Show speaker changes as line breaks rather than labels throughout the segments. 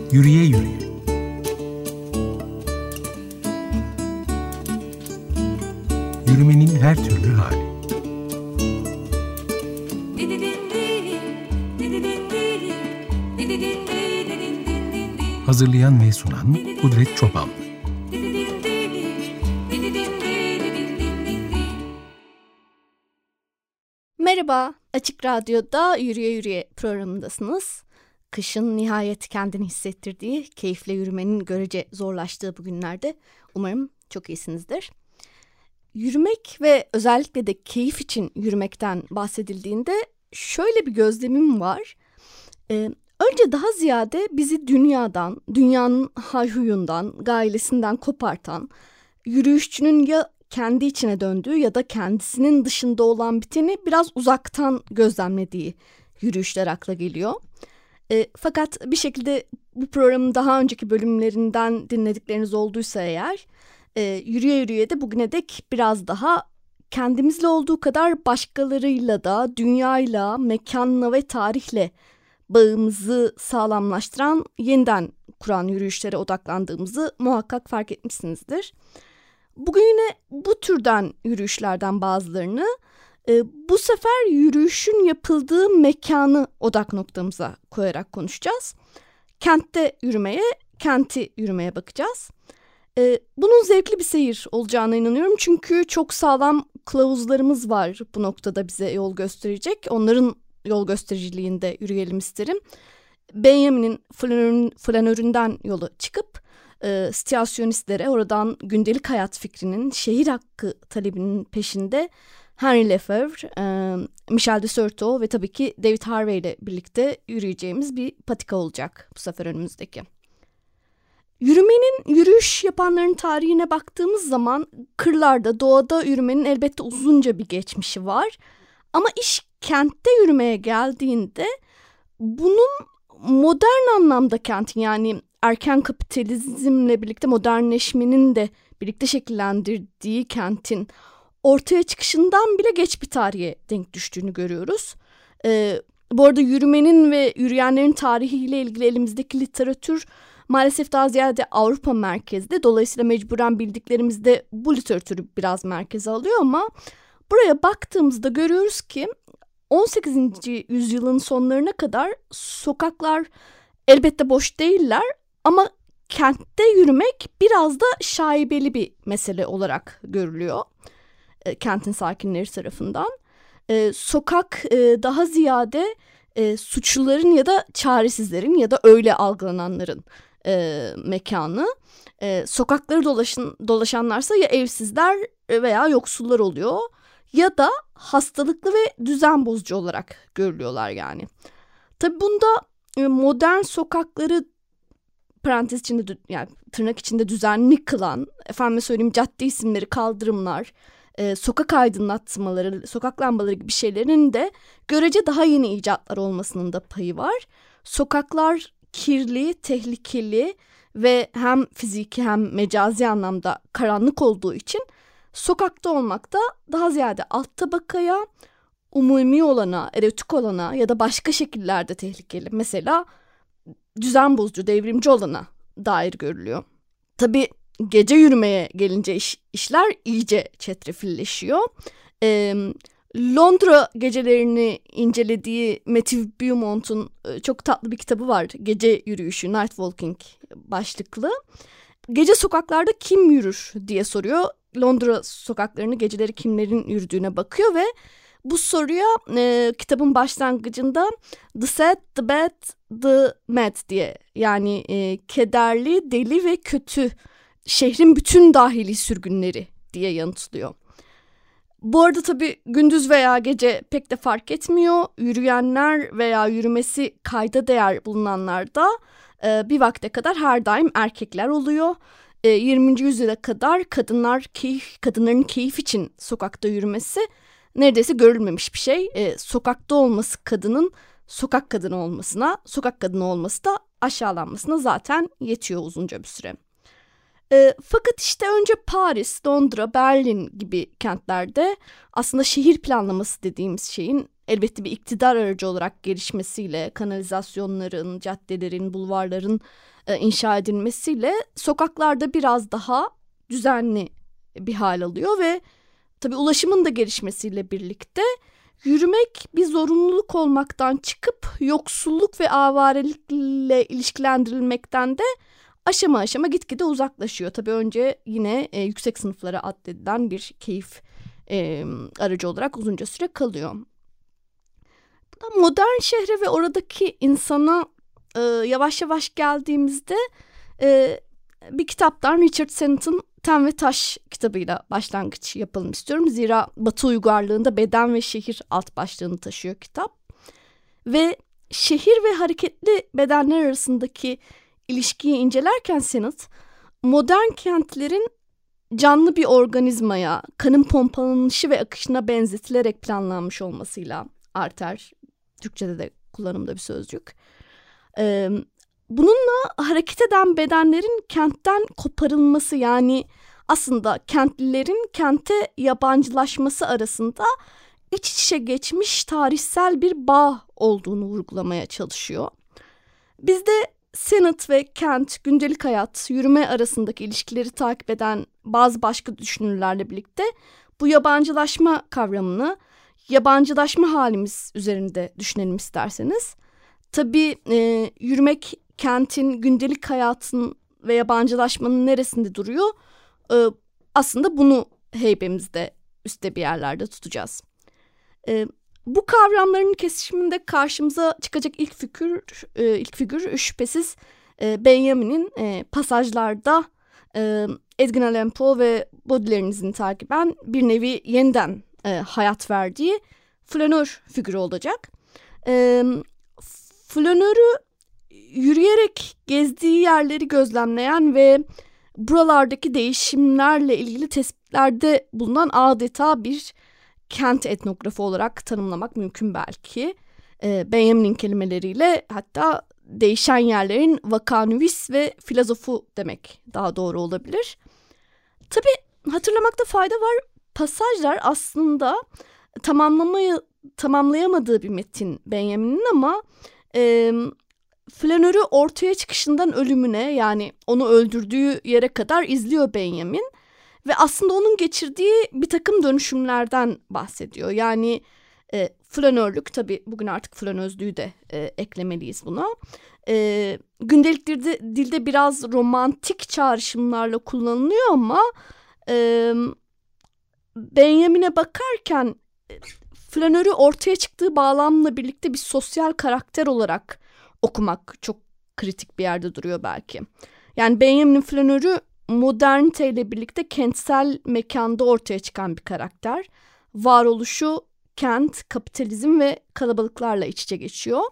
Yürüye yürüye. Yürümenin her türlü hali. Hazırlayan ve sunan Kudret Çoban.
Merhaba, Açık Radyo'da Yürüye Yürüye programındasınız. Kışın nihayet kendini hissettirdiği, keyifle yürümenin görece zorlaştığı bu günlerde umarım çok iyisinizdir. Yürümek ve özellikle de keyif için yürümekten bahsedildiğinde şöyle bir gözlemim var. Önce daha ziyade bizi dünyadan, dünyanın hayhuyundan, gailesinden kopartan, yürüyüşçünün ya kendi içine döndüğü ya da kendisinin dışında olan biteni biraz uzaktan gözlemlediği yürüyüşler akla geliyor. Fakat bir şekilde bu programın daha önceki bölümlerinden dinledikleriniz olduysa eğer, yürüye yürüye de bugüne dek biraz daha kendimizle olduğu kadar başkalarıyla da, dünyayla, mekanla ve tarihle bağımızı sağlamlaştıran, yeniden kuran yürüyüşlere odaklandığımızı muhakkak fark etmişsinizdir. Bugün yine bu türden yürüyüşlerden bazılarını, bu sefer yürüyüşün yapıldığı mekanı odak noktamıza koyarak konuşacağız. Kentte yürümeye, kenti yürümeye bakacağız. Bunun zevkli bir seyir olacağına inanıyorum. Çünkü çok sağlam kılavuzlarımız var bu noktada bize yol gösterecek. Onların yol göstericiliğinde yürüyelim isterim. Benjamin'in flanöründen yola çıkıp sitiyasyonistlere, oradan gündelik hayat fikrinin, şehir hakkı talebinin peşinde Henri Lefebvre, Michel de Certeau ve tabii ki David Harvey ile birlikte yürüyeceğimiz bir patika olacak bu sefer önümüzdeki. Yürümenin, yürüyüş yapanların tarihine baktığımız zaman kırlarda, doğada yürümenin elbette uzunca bir geçmişi var. Ama iş kentte yürümeye geldiğinde bunun modern anlamda kentin, yani erken kapitalizmle birlikte modernleşmenin de birlikte şekillendirdiği kentin ortaya çıkışından bile geç bir tarihe denk düştüğünü görüyoruz. Bu arada yürümenin ve yürüyenlerin tarihiyle ilgili elimizdeki literatür maalesef daha ziyade Avrupa merkezli. Dolayısıyla mecburen bildiklerimiz de bu literatürü biraz merkeze alıyor ama buraya baktığımızda görüyoruz ki 18. yüzyılın sonlarına kadar sokaklar elbette boş değiller ama kentte yürümek biraz da şaibeli bir mesele olarak görülüyor kentin sakinleri tarafından. Sokak daha ziyade suçluların ya da çaresizlerin ya da öyle algılananların mekanı. Sokakları dolaşanlarsa ya evsizler veya yoksullar oluyor ya da hastalıklı ve düzen bozucu olarak görülüyorlar yani. Tabii bunda modern sokakları parantez içinde, yani tırnak içinde düzenli kılan, efendime söyleyeyim cadde isimleri, kaldırımlar, sokak aydınlatmaları, sokak lambaları gibi şeylerin de görece daha yeni icatlar olmasının da payı var. Sokaklar kirli, tehlikeli ve hem fiziki hem mecazi anlamda karanlık olduğu için sokakta olmak da daha ziyade alt tabakaya, umumi olana, erotik olana ya da başka şekillerde tehlikeli, mesela düzen bozucu, devrimci olana dair görülüyor. Tabii gece yürümeye gelince işler iyice çetrefilleşiyor. Londra gecelerini incelediği Matthew Beaumont'un çok tatlı bir kitabı var. Gece yürüyüşü, Night Walking başlıklı. Gece sokaklarda kim yürür diye soruyor. Londra sokaklarını geceleri kimlerin yürüdüğüne bakıyor ve bu soruya kitabın başlangıcında The Sad, The Bad, The Mad diye, yani kederli, deli ve kötü şehrin bütün dahili sürgünleri diye yanıtlıyor. Bu arada tabii gündüz veya gece pek de fark etmiyor. Yürüyenler veya yürümesi kayda değer bulunanlar da bir vakte kadar her daim erkekler oluyor. 20. yüzyıla kadar kadınların keyif için sokakta yürümesi neredeyse görülmemiş bir şey. Sokakta olması kadının sokak kadını olmasına, sokak kadını olması da aşağılanmasına zaten yetiyor uzunca bir süre. Fakat işte önce Paris, Londra, Berlin gibi kentlerde aslında şehir planlaması dediğimiz şeyin elbette bir iktidar aracı olarak gelişmesiyle, kanalizasyonların, caddelerin, bulvarların inşa edilmesiyle sokaklarda biraz daha düzenli bir hal alıyor ve tabii ulaşımın da gelişmesiyle birlikte yürümek bir zorunluluk olmaktan çıkıp yoksulluk ve avarelikle ilişkilendirilmekten de aşama aşama gitgide uzaklaşıyor. Tabii önce yine yüksek sınıflara addedilen bir keyif aracı olarak uzunca süre kalıyor. Modern şehre ve oradaki insana yavaş yavaş geldiğimizde bir kitaptan Richard Sennett'ın Ten ve Taş kitabıyla başlangıç yapalım istiyorum. Zira Batı uygarlığında beden ve şehir alt başlığını taşıyor kitap. Ve şehir ve hareketli bedenler arasındaki ilişkiyi incelerken Sennett, modern kentlerin canlı bir organizmaya, kanın pompalanışı ve akışına benzetilerek planlanmış olmasıyla, arter, Türkçe'de de kullanımda bir sözcük. Bununla hareket eden bedenlerin kentten koparılması, yani aslında kentlilerin kente yabancılaşması arasında iç içe geçmiş tarihsel bir bağ olduğunu vurgulamaya çalışıyor. Bizde Sennett ve kent, gündelik hayat, yürüme arasındaki ilişkileri takip eden bazı başka düşünürlerle birlikte bu yabancılaşma kavramını, yabancılaşma halimiz üzerinde düşünelim isterseniz. Tabii yürümek kentin, gündelik hayatın ve yabancılaşmanın neresinde duruyor? Aslında bunu heybemizde, üstte bir yerlerde tutacağız. Bu kavramların kesişiminde karşımıza çıkacak ilk figür şüphesiz Benjamin'in pasajlarda Edgar Allan Poe ve Baudelaire'in izini takiben bir nevi yeniden hayat verdiği flanör figürü olacak. Flanörü yürüyerek gezdiği yerleri gözlemleyen ve buralardaki değişimlerle ilgili tespitlerde bulunan adeta bir kent etnografı olarak tanımlamak mümkün belki. Benjamin'in kelimeleriyle hatta değişen yerlerin vakanüvis ve filozofu demek daha doğru olabilir. Tabii hatırlamakta fayda var. Pasajlar aslında tamamlayamadığı bir metin Benjamin'in ama flanörü ortaya çıkışından ölümüne, yani onu öldürdüğü yere kadar izliyor Benjamin. Ve aslında onun geçirdiği bir takım dönüşümlerden bahsediyor. Yani flanörlük, tabii bugün artık flanözlüğü de eklemeliyiz buna. Gündelik dilde biraz romantik çağrışımlarla kullanılıyor ama Benjamin'e bakarken flanörü ortaya çıktığı bağlamla birlikte bir sosyal karakter olarak okumak çok kritik bir yerde duruyor belki. Yani Benjamin'in flanörü moderniteyle birlikte kentsel mekanda ortaya çıkan bir karakter. Varoluşu kent, kapitalizm ve kalabalıklarla iç içe geçiyor.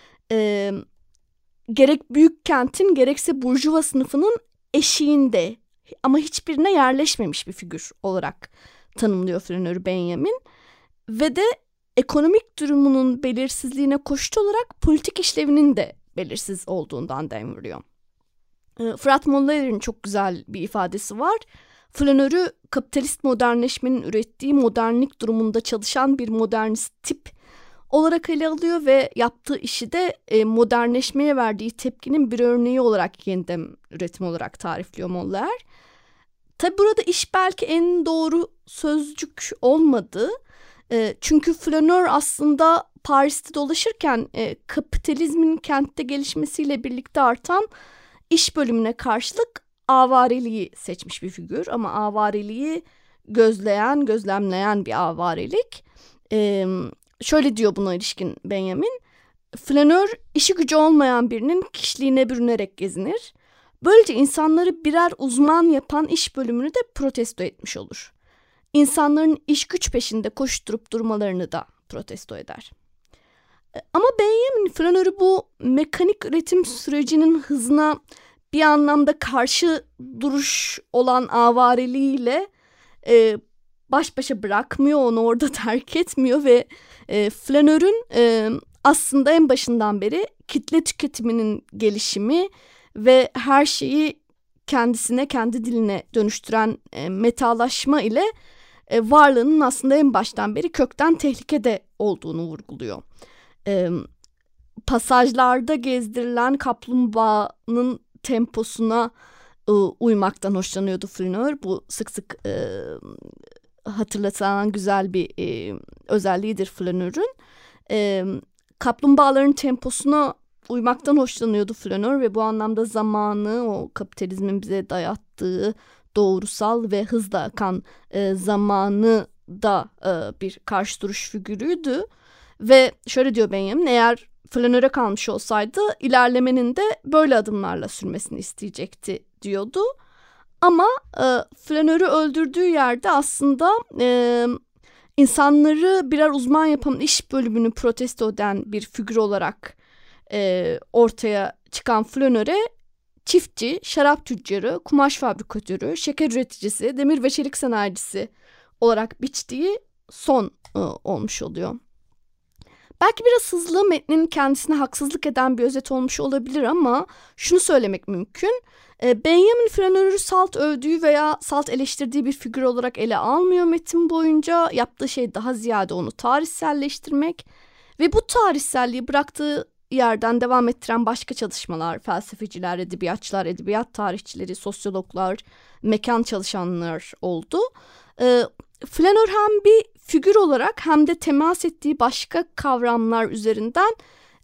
Gerek büyük kentin gerekse burjuva sınıfının eşiğinde ama hiçbirine yerleşmemiş bir figür olarak tanımlıyor flanörü Benjamin. Ve de ekonomik durumunun belirsizliğine koşut olarak politik işlevinin de belirsiz olduğundan dem vuruyor. Fırat Molla'nın çok güzel bir ifadesi var. Flanörü kapitalist modernleşmenin ürettiği modernlik durumunda çalışan bir modernist tip olarak ele alıyor ve yaptığı işi de modernleşmeye verdiği tepkinin bir örneği olarak yeniden üretim olarak tarifliyor Moller. Tabi burada iş belki en doğru sözcük olmadı. Çünkü flanör aslında Paris'te dolaşırken kapitalizmin kentte gelişmesiyle birlikte artan iş bölümüne karşılık avareliği seçmiş bir figür. Ama avareliği gözlemleyen bir avarelik. Şöyle diyor buna ilişkin Benjamin. Flanör işi gücü olmayan birinin kişiliğine bürünerek gezinir. Böylece insanları birer uzman yapan iş bölümünü de protesto etmiş olur. İnsanların iş güç peşinde koşturup durmalarını da protesto eder. Ama Benjamin flanörü bu mekanik üretim sürecinin hızına bir anlamda karşı duruş olan avareliğiyle baş başa bırakmıyor, onu orada terk etmiyor ve flanörün aslında en başından beri kitle tüketiminin gelişimi ve her şeyi kendisine, kendi diline dönüştüren metalaşma ile varlığının aslında en baştan beri kökten tehlikede olduğunu vurguluyor. Pasajlarda gezdirilen kaplumbağanın temposuna uymaktan hoşlanıyordu Flanör. Bu sık sık hatırlatılan güzel bir özelliğidir Flanör'ün. Kaplumbağaların temposuna uymaktan hoşlanıyordu Flanör ve bu anlamda zamanı, o kapitalizmin bize dayattığı doğrusal ve hızla akan zamanı da bir karşı duruş figürüydü. Ve şöyle diyor Benjamin, eğer Flanör'e kalmış olsaydı ilerlemenin de böyle adımlarla sürmesini isteyecekti diyordu. Ama Flanör'ü öldürdüğü yerde aslında insanları birer uzman yapan iş bölümünü protesto eden bir figür olarak ortaya çıkan Flanör'e çiftçi, şarap tüccarı, kumaş fabrikatörü, şeker üreticisi, demir ve çelik sanayicisi olarak biçtiği son olmuş oluyor. Belki biraz hızlı, metnin kendisine haksızlık eden bir özet olmuş olabilir ama şunu söylemek mümkün. Benjamin Flanör'ü salt övdüğü veya salt eleştirdiği bir figür olarak ele almıyor metin boyunca. Yaptığı şey daha ziyade onu tarihselleştirmek ve bu tarihselliği bıraktığı yerden devam ettiren başka çalışmalar, felsefeciler, edebiyatçılar, edebiyat tarihçileri, sosyologlar, mekan çalışanlar oldu. Flanör hem bir figür olarak hem de temas ettiği başka kavramlar üzerinden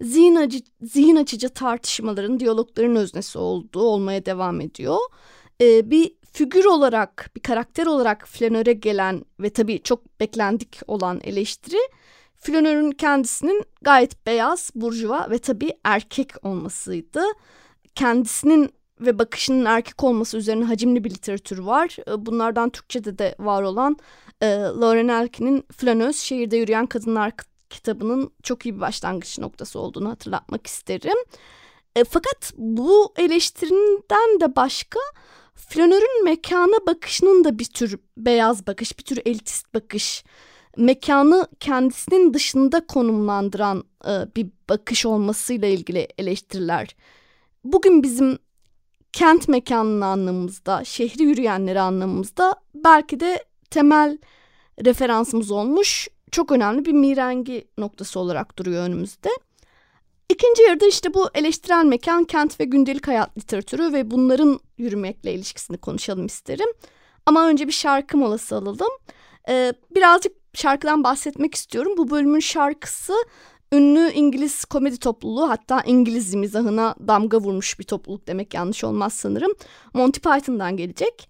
zihin açıcı tartışmaların, diyalogların öznesi olmaya devam ediyor. Bir figür olarak, bir karakter olarak Flanör'e gelen ve tabii çok beklendik olan eleştiri, Flanör'ün kendisinin gayet beyaz, burjuva ve tabii erkek olmasıydı. Kendisinin ve bakışının erkek olması üzerine hacimli bir literatür var. Bunlardan Türkçe'de de var olan Lauren Elkin'in Flanöz, Şehirde Yürüyen Kadınlar kitabının çok iyi bir başlangıç noktası olduğunu hatırlatmak isterim. Fakat bu eleştirinden de başka Flanör'ün mekana bakışının da bir tür beyaz bakış, bir tür elitist bakış, mekanı kendisinin dışında konumlandıran bir bakış olmasıyla ilgili eleştiriler. Bugün bizim kent mekanını anlamımızda, şehri yürüyenleri anlamımızda belki de temel referansımız olmuş çok önemli bir mirengi noktası olarak duruyor önümüzde. İkinci yarıda işte bu eleştirel mekan, kent ve gündelik hayat literatürü ve bunların yürümekle ilişkisini konuşalım isterim. Ama önce bir şarkı molası alalım. Birazcık şarkıdan bahsetmek istiyorum. Bu bölümün şarkısı ünlü İngiliz komedi topluluğu, hatta İngiliz mizahına damga vurmuş bir topluluk demek yanlış olmaz sanırım, Monty Python'dan gelecek.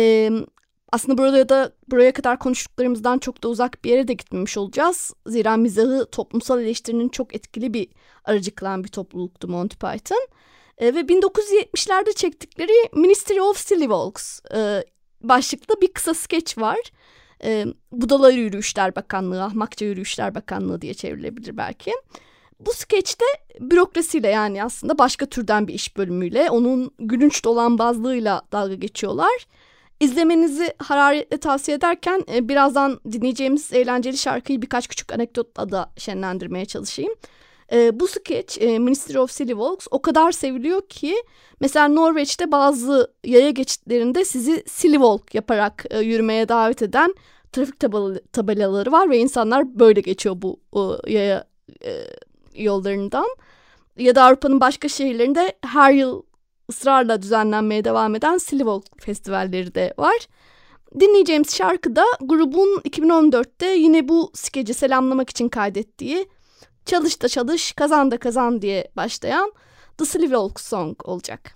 Aslında buraya kadar konuştuklarımızdan çok da uzak bir yere de gitmemiş olacağız. Zira mizahı toplumsal eleştirinin çok etkili bir aracı kılan bir topluluktu Monty Python. Ve 1970'lerde çektikleri Ministry of Silly Walks başlıklı bir kısa skeç var. Budala Yürüyüşler Bakanlığı, Ahmakça Yürüyüşler Bakanlığı diye çevrilebilir belki. Bu skeçte bürokrasiyle, yani aslında başka türden bir iş bölümüyle, onun gülünç dolanbazlığıyla dalga geçiyorlar. İzlemenizi hararetle tavsiye ederken birazdan dinleyeceğimiz eğlenceli şarkıyı birkaç küçük anekdotla da şenlendirmeye çalışayım. Bu skeç, Ministry of Silly Walks, o kadar seviliyor ki mesela Norveç'te bazı yaya geçitlerinde sizi Silly Walk yaparak yürümeye davet eden trafik tabelaları var ve insanlar böyle geçiyor bu yaya yollarından. Ya da Avrupa'nın başka şehirlerinde her yıl ısrarla düzenlenmeye devam eden Silly Walk festivalleri de var. Dinleyeceğimiz şarkı da grubun 2014'te yine bu skeci selamlamak için kaydettiği "Çalış da çalış, kazan da kazan" diye başlayan The Silly Walk Song olacak.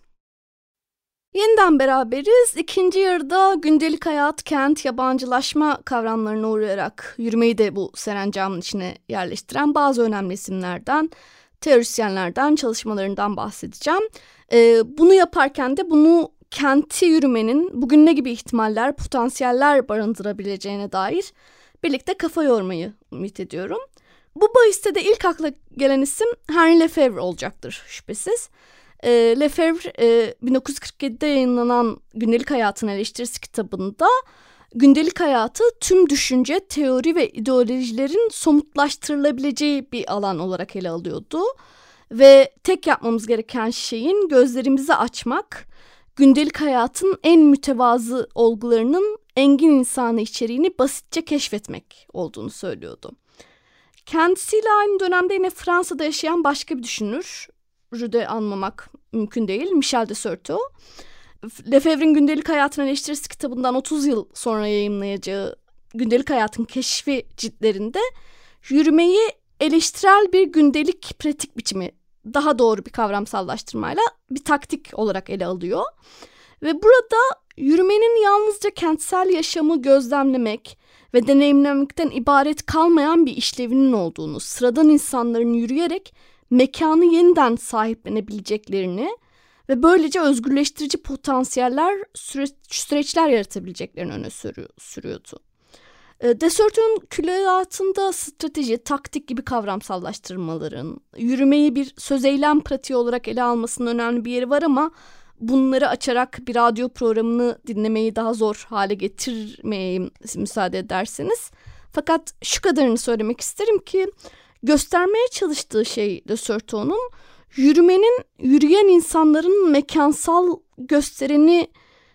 Yeniden beraberiz. İkinci yarıda gündelik hayat, kent, yabancılaşma kavramlarına uğrayarak yürümeyi de bu serencamın içine yerleştiren bazı önemli isimlerden, teorisyenlerden, çalışmalarından bahsedeceğim. Bunu yaparken de bunu kenti yürümenin bugün ne gibi ihtimaller, potansiyeller barındırabileceğine dair birlikte kafa yormayı ümit ediyorum. Bu bahiste de ilk akla gelen isim Henri Lefebvre olacaktır şüphesiz. Lefebvre 1947'de yayınlanan Gündelik Hayatın Eleştirisi kitabında gündelik hayatı tüm düşünce, teori ve ideolojilerin somutlaştırılabileceği bir alan olarak ele alıyordu. Ve tek yapmamız gereken şeyin gözlerimizi açmak, gündelik hayatın en mütevazı olgularının engin insanı içeriğini basitçe keşfetmek olduğunu söylüyordu. Kendisiyle aynı dönemde yine Fransa'da yaşayan başka bir düşünürü de anmamak mümkün değil. Michel de Certeau. Lefebvre'in Gündelik Hayatın Eleştirisi kitabından 30 yıl sonra yayımlayacağı Gündelik Hayatın Keşfi ciltlerinde yürümeyi eleştirel bir gündelik pratik biçimi, daha doğru bir kavramsallaştırmayla bir taktik olarak ele alıyor. Ve burada yürümenin yalnızca kentsel yaşamı gözlemlemek ve deneyimlemekten ibaret kalmayan bir işlevinin olduğunu, sıradan insanların yürüyerek mekanı yeniden sahiplenebileceklerini ve böylece özgürleştirici potansiyeller, süreçler yaratabileceklerini öne sürüyordu. De Certeau'nun külliyatında strateji, taktik gibi kavramsallaştırmaların, yürümeyi bir söz eylem pratiği olarak ele almasının önemli bir yeri var ama bunları açarak bir radyo programını dinlemeyi daha zor hale getirmeyeyim müsaade ederseniz. Fakat şu kadarını söylemek isterim ki göstermeye çalıştığı şey de Certeau'nun yürümenin yürüyen insanların mekansal göstereni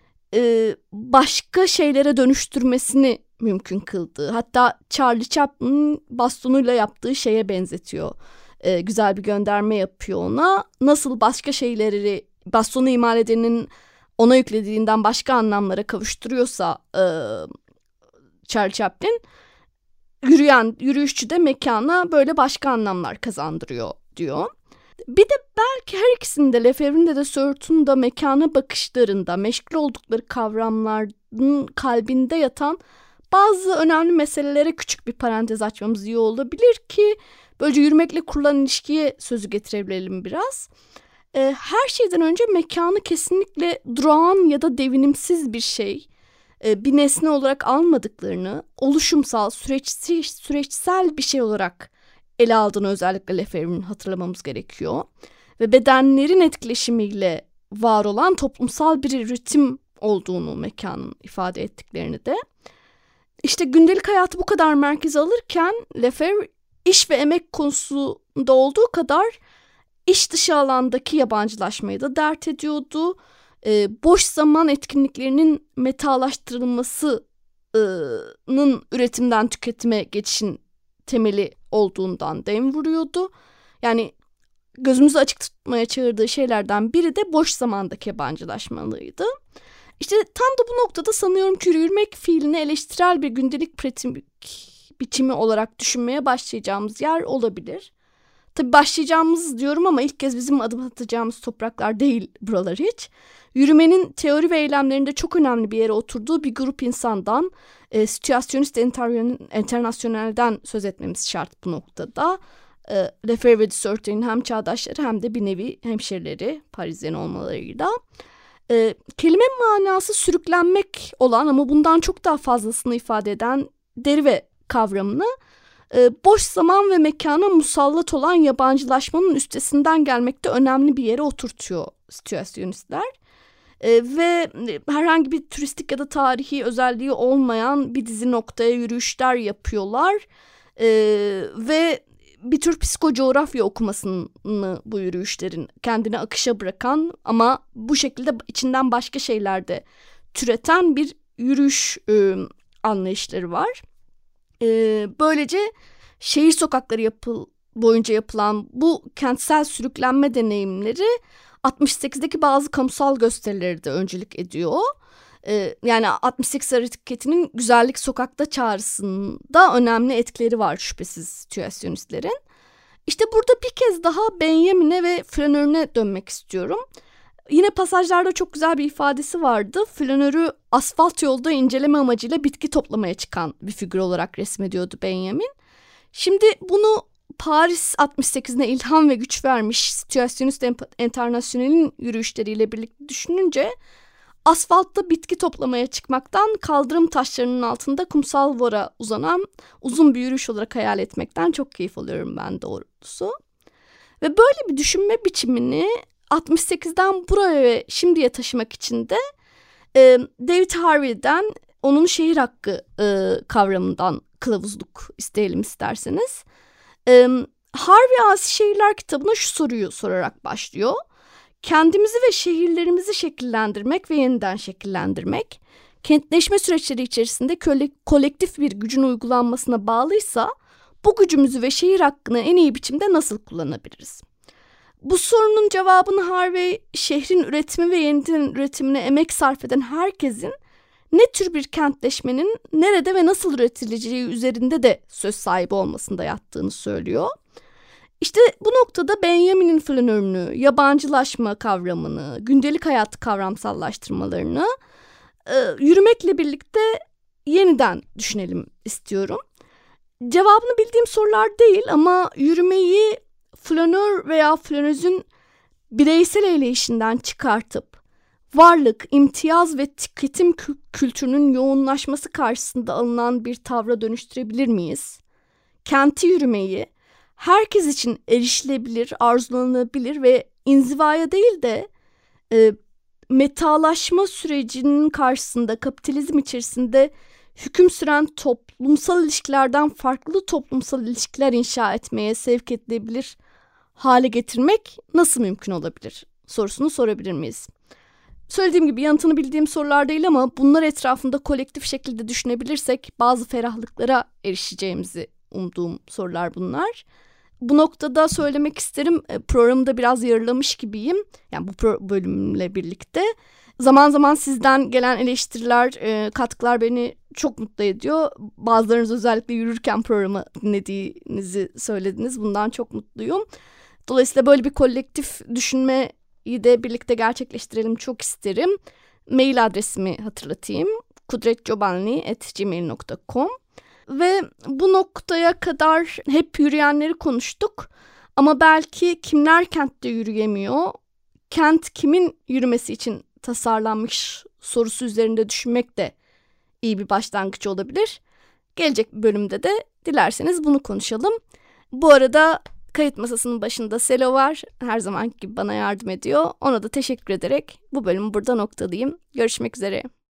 başka şeylere dönüştürmesini mümkün kıldığı, hatta Charlie Chaplin'in bastonuyla yaptığı şeye benzetiyor. Güzel bir gönderme yapıyor ona. Nasıl başka şeyleri bastonu imal edenin ona yüklediğinden başka anlamlara kavuşturuyorsa Charlie Chaplin, yürüyüşçü de mekana böyle başka anlamlar kazandırıyor diyor. Bir de belki her ikisinde, Lefebvre'nin de Certeau'nun da mekana bakışlarında meşgul oldukları kavramların kalbinde yatan bazı önemli meselelere küçük bir parantez açmamız iyi olabilir ki böylece yürümekle kurulan ilişkiye sözü getirebilelim biraz. Her şeyden önce mekanı kesinlikle durağan ya da devinimsiz bir şey, bir nesne olarak almadıklarını, oluşumsal, süreçsel bir şey olarak ele aldığını özellikle Lefebvre'nin hatırlamamız gerekiyor. Ve bedenlerin etkileşimiyle var olan toplumsal bir ritim olduğunu mekanın ifade ettiklerini de. İşte gündelik hayatı bu kadar merkeze alırken Lefebvre iş ve emek konusunda olduğu kadar iş dışı alandaki yabancılaşmayı da dert ediyordu. Boş zaman etkinliklerinin metalaştırılmasının üretimden tüketime geçişin temeli olduğundan dem vuruyordu. Yani gözümüzü açık tutmaya çağırdığı şeylerden biri de boş zamandaki yabancılaşmalıydı. İşte tam da bu noktada sanıyorum ki yürümek fiilini eleştirel bir gündelik pratik biçimi olarak düşünmeye başlayacağımız yer olabilir. Tabii başlayacağımız diyorum ama ilk kez bizim adım atacağımız topraklar değil buralar hiç. Yürümenin teori ve eylemlerinde çok önemli bir yere oturduğu bir grup insandan, Situasyonist Internasyonel'den söz etmemiz şart bu noktada. Lefebvre ve de Certeau'nun hem çağdaşları hem de bir nevi hemşerileri, Parisyen olmalarıyla. Kelime manası sürüklenmek olan ama bundan çok daha fazlasını ifade eden derive kavramını boş zaman ve mekana musallat olan yabancılaşmanın üstesinden gelmekte önemli bir yere oturtuyor situasyonistler. Ve herhangi bir turistik ya da tarihi özelliği olmayan bir dizi noktaya yürüyüşler yapıyorlar. Ve bir tür psikocoğrafya okumasını bu yürüyüşlerin kendini akışa bırakan ama bu şekilde içinden başka şeyler de türeten bir yürüyüş anlayışları var. Böylece şehir sokakları boyunca yapılan bu kentsel sürüklenme deneyimleri 68'deki bazı kamusal gösterileri de öncülük ediyor. Yani 68 hareketinin güzellik sokakta çağrısında önemli etkileri var şüphesiz situasyonistlerin. İşte burada bir kez daha Benjamin'e ve flanörüne dönmek istiyorum. Yine pasajlarda çok güzel bir ifadesi vardı. Flanörü asfalt yolda inceleme amacıyla bitki toplamaya çıkan bir figür olarak resmediyordu Benjamin. Şimdi bunu Paris 68'ine ilham ve güç vermiş Situasyonist Internasyonel'in yürüyüşleriyle birlikte düşününce asfaltta bitki toplamaya çıkmaktan kaldırım taşlarının altında kumsal vora uzanan uzun bir yürüyüş olarak hayal etmekten çok keyif alıyorum ben doğrusu. Ve böyle bir düşünme biçimini 68'den buraya ve şimdiye taşımak için de David Harvey'den onun şehir hakkı kavramından kılavuzluk isteyelim isterseniz. Harvey Asi Şehirler kitabına şu soruyu sorarak başlıyor. Kendimizi ve şehirlerimizi şekillendirmek ve yeniden şekillendirmek, kentleşme süreçleri içerisinde kolektif bir gücün uygulanmasına bağlıysa bu gücümüzü ve şehir hakkını en iyi biçimde nasıl kullanabiliriz? Bu sorunun cevabını Harvey, şehrin üretimi ve yeniden üretimine emek sarf eden herkesin ne tür bir kentleşmenin nerede ve nasıl üretileceği üzerinde de söz sahibi olmasında yattığını söylüyor. İşte bu noktada Benjamin'in flanörünü, yabancılaşma kavramını, gündelik hayatı kavramsallaştırmalarını yürümekle birlikte yeniden düşünelim istiyorum. Cevabını bildiğim sorular değil ama yürümeyi flanör veya flanözün bireysel eyleyişinden çıkartıp varlık, imtiyaz ve tüketim kültürünün yoğunlaşması karşısında alınan bir tavra dönüştürebilir miyiz? Kenti yürümeyi herkes için erişilebilir, arzulanabilir ve inzivaya değil de metalaşma sürecinin karşısında kapitalizm içerisinde hüküm süren toplumsal ilişkilerden farklı toplumsal ilişkiler inşa etmeye sevk edilebilir hale getirmek nasıl mümkün olabilir sorusunu sorabilir miyiz? Söylediğim gibi yanıtını bildiğim sorular değil ama bunlar etrafında kolektif şekilde düşünebilirsek bazı ferahlıklara erişeceğimizi umduğum sorular bunlar. Bu noktada söylemek isterim, programda biraz yarılamış gibiyim. Yani bu bölümle birlikte. Zaman zaman sizden gelen eleştiriler, katkılar beni çok mutlu ediyor. Bazılarınız özellikle yürürken programı dinlediğinizi söylediniz. Bundan çok mutluyum. Dolayısıyla böyle bir kolektif düşünmeyi de birlikte gerçekleştirelim çok isterim. Mail adresimi hatırlatayım. kudretcobanli@gmail.com. Ve bu noktaya kadar hep yürüyenleri konuştuk. Ama belki kimler kentte yürüyemiyor? Kent kimin yürümesi için tasarlanmış sorusu üzerinde düşünmek de iyi bir başlangıç olabilir. Gelecek bölümde de dilerseniz bunu konuşalım. Bu arada kayıt masasının başında Selo var. Her zamanki gibi bana yardım ediyor. Ona da teşekkür ederek bu bölümü burada noktalayayım. Görüşmek üzere.